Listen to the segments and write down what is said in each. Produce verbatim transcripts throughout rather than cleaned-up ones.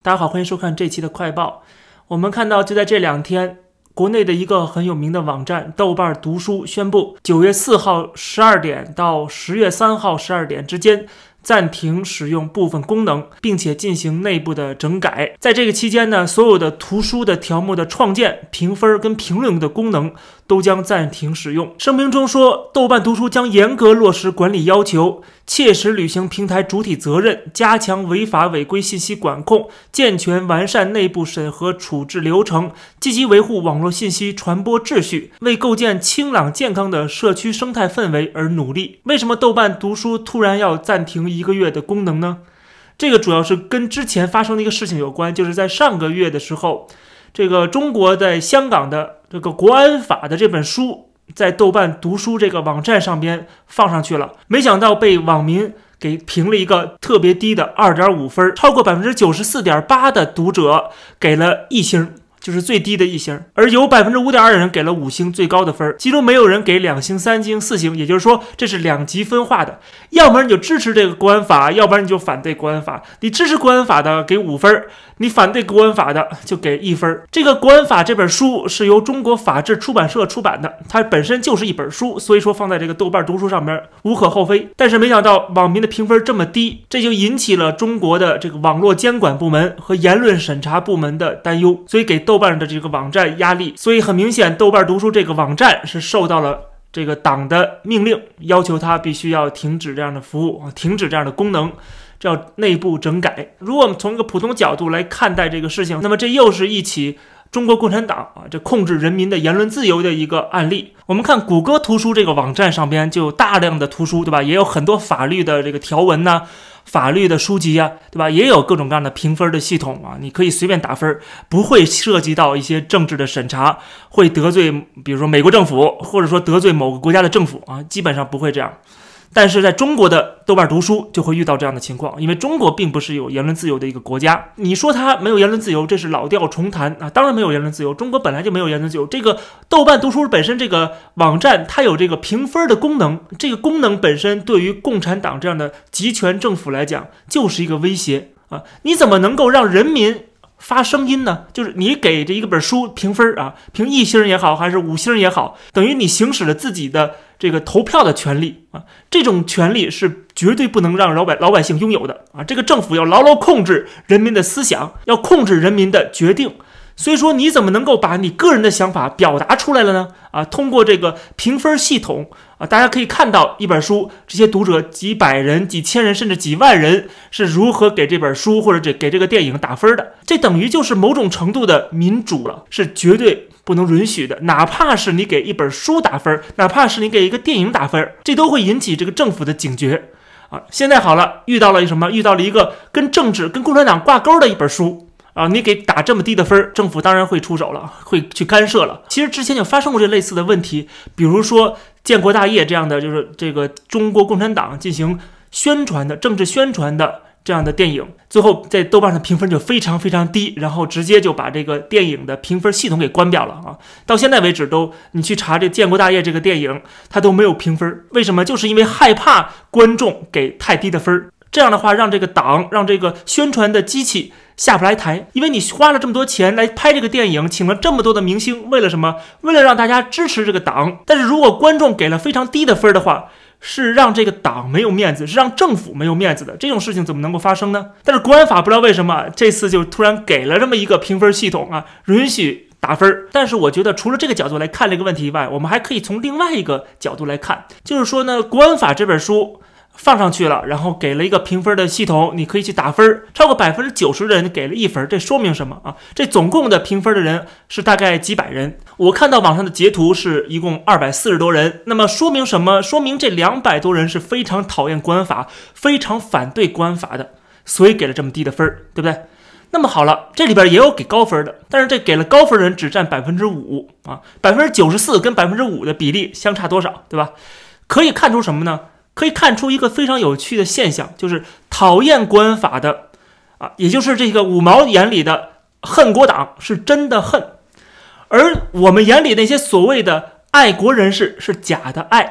大家好，欢迎收看这期的快报。我们看到就在这两天，国内的一个很有名的网站豆瓣读书宣布，九月四号十二点到十月三号十二点之间暂停使用部分功能，并且进行内部的整改。在这个期间呢，所有的图书的条目的创建、评分跟评论的功能都将暂停使用。声明中说，豆瓣读书将严格落实管理要求，切实履行平台主体责任，加强违法违规信息管控，健全完善内部审核处置流程，积极维护网络信息传播秩序，为构建清朗健康的社区生态氛围而努力。为什么豆瓣读书突然要暂停一个月的功能呢？这个主要是跟之前发生的一个事情有关，就是在上个月的时候，这个中国在香港的这个国安法的这本书在豆瓣读书这个网站上边放上去了，没想到被网民给评了一个特别低的 二点五 分，超过 百分之九十四点八 的读者给了一星，就是最低的一星，而有 百分之五点二 的人给了五星最高的分，其中没有人给两星、三星、四星，也就是说这是两极分化的，要不然你就支持这个国安法，要不然你就反对国安法。你支持国安法的给五分，你反对国安法的就给一分。这个国安法这本书是由中国法制出版社出版的，它本身就是一本书，所以说放在这个豆瓣读书上面无可厚非。但是没想到网民的评分这么低，这就引起了中国的这个网络监管部门和言论审查部门的担忧，所以给豆瓣的这个网站压力。所以很明显，豆瓣读书这个网站是受到了这个党的命令，要求它必须要停止这样的服务，停止这样的功能，这要内部整改。如果我们从一个普通角度来看待这个事情，那么这又是一起中国共产党啊，这控制人民的言论自由的一个案例。我们看谷歌图书这个网站上边就有大量的图书，对吧？也有很多法律的这个条文呐、啊，法律的书籍啊，对吧？也有各种各样的评分的系统啊，你可以随便打分，不会涉及到一些政治的审查，会得罪比如说美国政府，或者说得罪某个国家的政府啊，基本上不会这样。但是在中国的豆瓣读书就会遇到这样的情况，因为中国并不是有言论自由的一个国家。你说它没有言论自由，这是老调重弹啊！当然没有言论自由，中国本来就没有言论自由。这个豆瓣读书本身这个网站，它有这个评分的功能，这个功能本身对于共产党这样的集权政府来讲就是一个威胁啊！你怎么能够让人民发声音呢？就是你给这一个本书评分啊，评一星也好，还是五星也好，等于你行使了自己的这个投票的权利啊，这种权利是绝对不能让老百老百姓拥有的啊！这个政府要牢牢控制人民的思想，要控制人民的决定。所以说，你怎么能够把你个人的想法表达出来了呢？啊，通过这个评分系统啊，大家可以看到一本书，这些读者几百人、几千人，甚至几万人是如何给这本书或者这给这个电影打分的。这等于就是某种程度的民主了，是绝对不能允许的。哪怕是你给一本书打分，哪怕是你给一个电影打分，这都会引起这个政府的警觉啊。现在好了，遇到了什么？遇到了一个跟政治、跟共产党挂钩的一本书。啊，你给打这么低的分，政府当然会出手了，会去干涉了。其实之前就发生过这类似的问题，比如说建国大业这样的，就是这个中国共产党进行宣传的政治宣传的这样的电影，最后在豆瓣上评分就非常非常低，然后直接就把这个电影的评分系统给关掉了啊！到现在为止都，你去查这建国大业这个电影，它都没有评分，为什么？就是因为害怕观众给太低的分。这样的话，让这个党，让这个宣传的机器下不来台，因为你花了这么多钱来拍这个电影，请了这么多的明星，为了什么？为了让大家支持这个党。但是如果观众给了非常低的分的话，是让这个党没有面子，是让政府没有面子的。这种事情怎么能够发生呢？但是国安法不知道为什么这次就突然给了这么一个评分系统啊，允许打分。但是我觉得除了这个角度来看这个问题以外，我们还可以从另外一个角度来看，就是说呢，国安法这本书放上去了，然后给了一个评分的系统，你可以去打分，超过 百分之九十 的人给了一分，这说明什么啊？这总共的评分的人是大概几百人，我看到网上的截图是一共二百四十多人，那么说明什么？说明这两百多人是非常讨厌国安法，非常反对国安法的，所以给了这么低的分，对不对？那么好了，这里边也有给高分的，但是这给了高分的人只占 百分之五 啊 ，百分之九十四 跟 百分之五 的比例相差多少，对吧？可以看出什么呢？可以看出一个非常有趣的现象，就是讨厌国安法的啊，也就是这个五毛眼里的恨国党是真的恨，而我们眼里那些所谓的爱国人士是假的爱，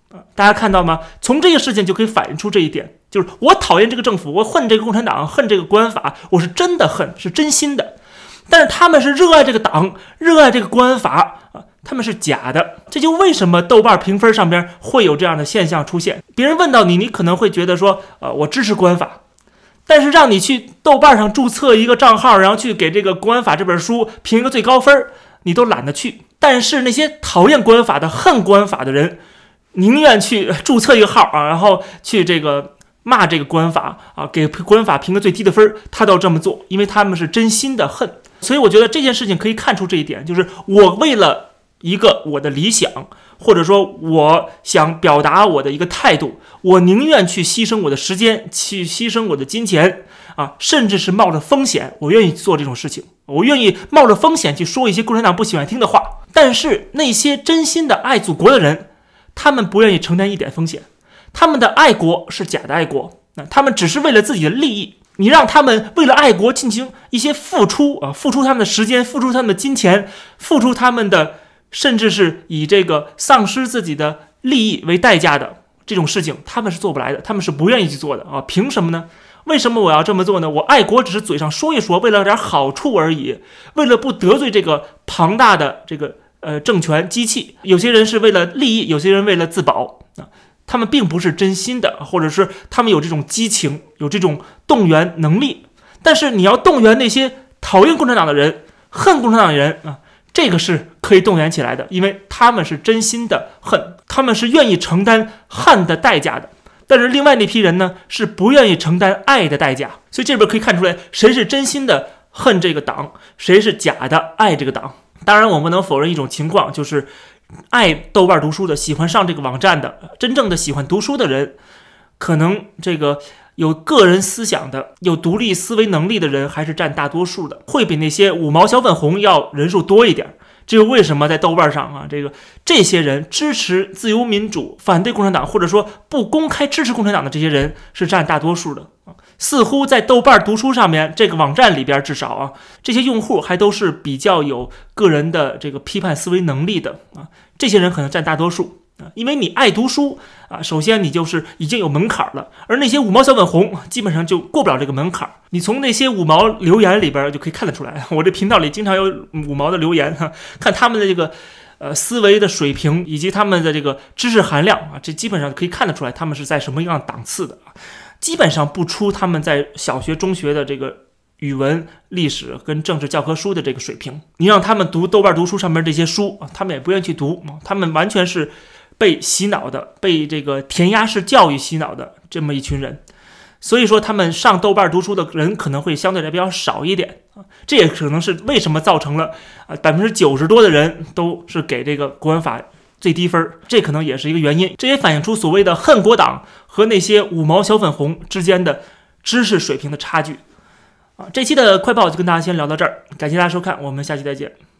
大家看到吗？从这个事件就可以反映出这一点，就是我讨厌这个政府，我恨这个共产党，恨这个国安法，我是真的恨，是真心的。但是他们是热爱这个党，热爱这个国安法啊，他们是假的。这就为什么豆瓣评分上边会有这样的现象出现。别人问到你，你可能会觉得说，呃，我支持国安法，但是让你去豆瓣上注册一个账号，然后去给这个国安法这本书评一个最高分，你都懒得去。但是那些讨厌国安法的、恨国安法的人，宁愿去注册一个号啊，然后去这个骂这个国安法啊，给国安法评个最低的分，他都要这么做，因为他们是真心的恨。所以我觉得这件事情可以看出这一点，就是我为了一个我的理想，或者说我想表达我的一个态度，我宁愿去牺牲我的时间，去牺牲我的金钱啊，甚至是冒着风险，我愿意做这种事情，我愿意冒着风险去说一些共产党不喜欢听的话。但是那些真心的爱祖国的人，他们不愿意承担一点风险，他们的爱国是假的爱国，他们只是为了自己的利益。你让他们为了爱国进行一些付出啊，付出他们的时间，付出他们的金钱，付出他们的，甚至是以这个丧失自己的利益为代价的这种事情，他们是做不来的，他们是不愿意去做的啊！凭什么呢？为什么我要这么做呢？我爱国只是嘴上说一说，为了点好处而已，为了不得罪这个庞大的这个呃政权机器。有些人是为了利益，有些人为了自保啊。他们并不是真心的，或者是他们有这种激情，有这种动员能力。但是你要动员那些讨厌共产党的人、恨共产党的人啊，这个是可以动员起来的，因为他们是真心的恨，他们是愿意承担恨的代价的。但是另外那批人呢，是不愿意承担爱的代价。所以这边可以看出来，谁是真心的恨这个党，谁是假的爱这个党。当然，我们不能否认一种情况，就是爱豆瓣读书的、喜欢上这个网站的、真正的喜欢读书的人，可能这个有个人思想的、有独立思维能力的人还是占大多数的，会比那些五毛小粉红要人数多一点。这个为什么在豆瓣上啊，这个这些人支持自由民主、反对共产党，或者说不公开支持共产党的这些人是占大多数的啊。似乎在豆瓣读书上面这个网站里边，至少啊，这些用户还都是比较有个人的这个批判思维能力的啊，这些人可能占大多数啊，因为你爱读书啊，首先你就是已经有门槛了，而那些五毛小粉红基本上就过不了这个门槛。你从那些五毛留言里边就可以看得出来，我这频道里经常有五毛的留言哈，看他们的这个呃思维的水平以及他们的这个知识含量啊，这基本上可以看得出来他们是在什么样档次的，基本上不出他们在小学、中学的这个语文、历史跟政治教科书的这个水平。你让他们读豆瓣读书上面这些书啊，他们也不愿意去读，他们完全是被洗脑的，被这个填鸭式教育洗脑的这么一群人。所以说他们上豆瓣读书的人可能会相对来比较少一点啊，这也可能是为什么造成了啊百分之九十多的人都是给这个国安法最低分，这可能也是一个原因。这也反映出所谓的恨国党和那些五毛小粉红之间的知识水平的差距啊。这期的快报就跟大家先聊到这儿，感谢大家收看，我们下期再见。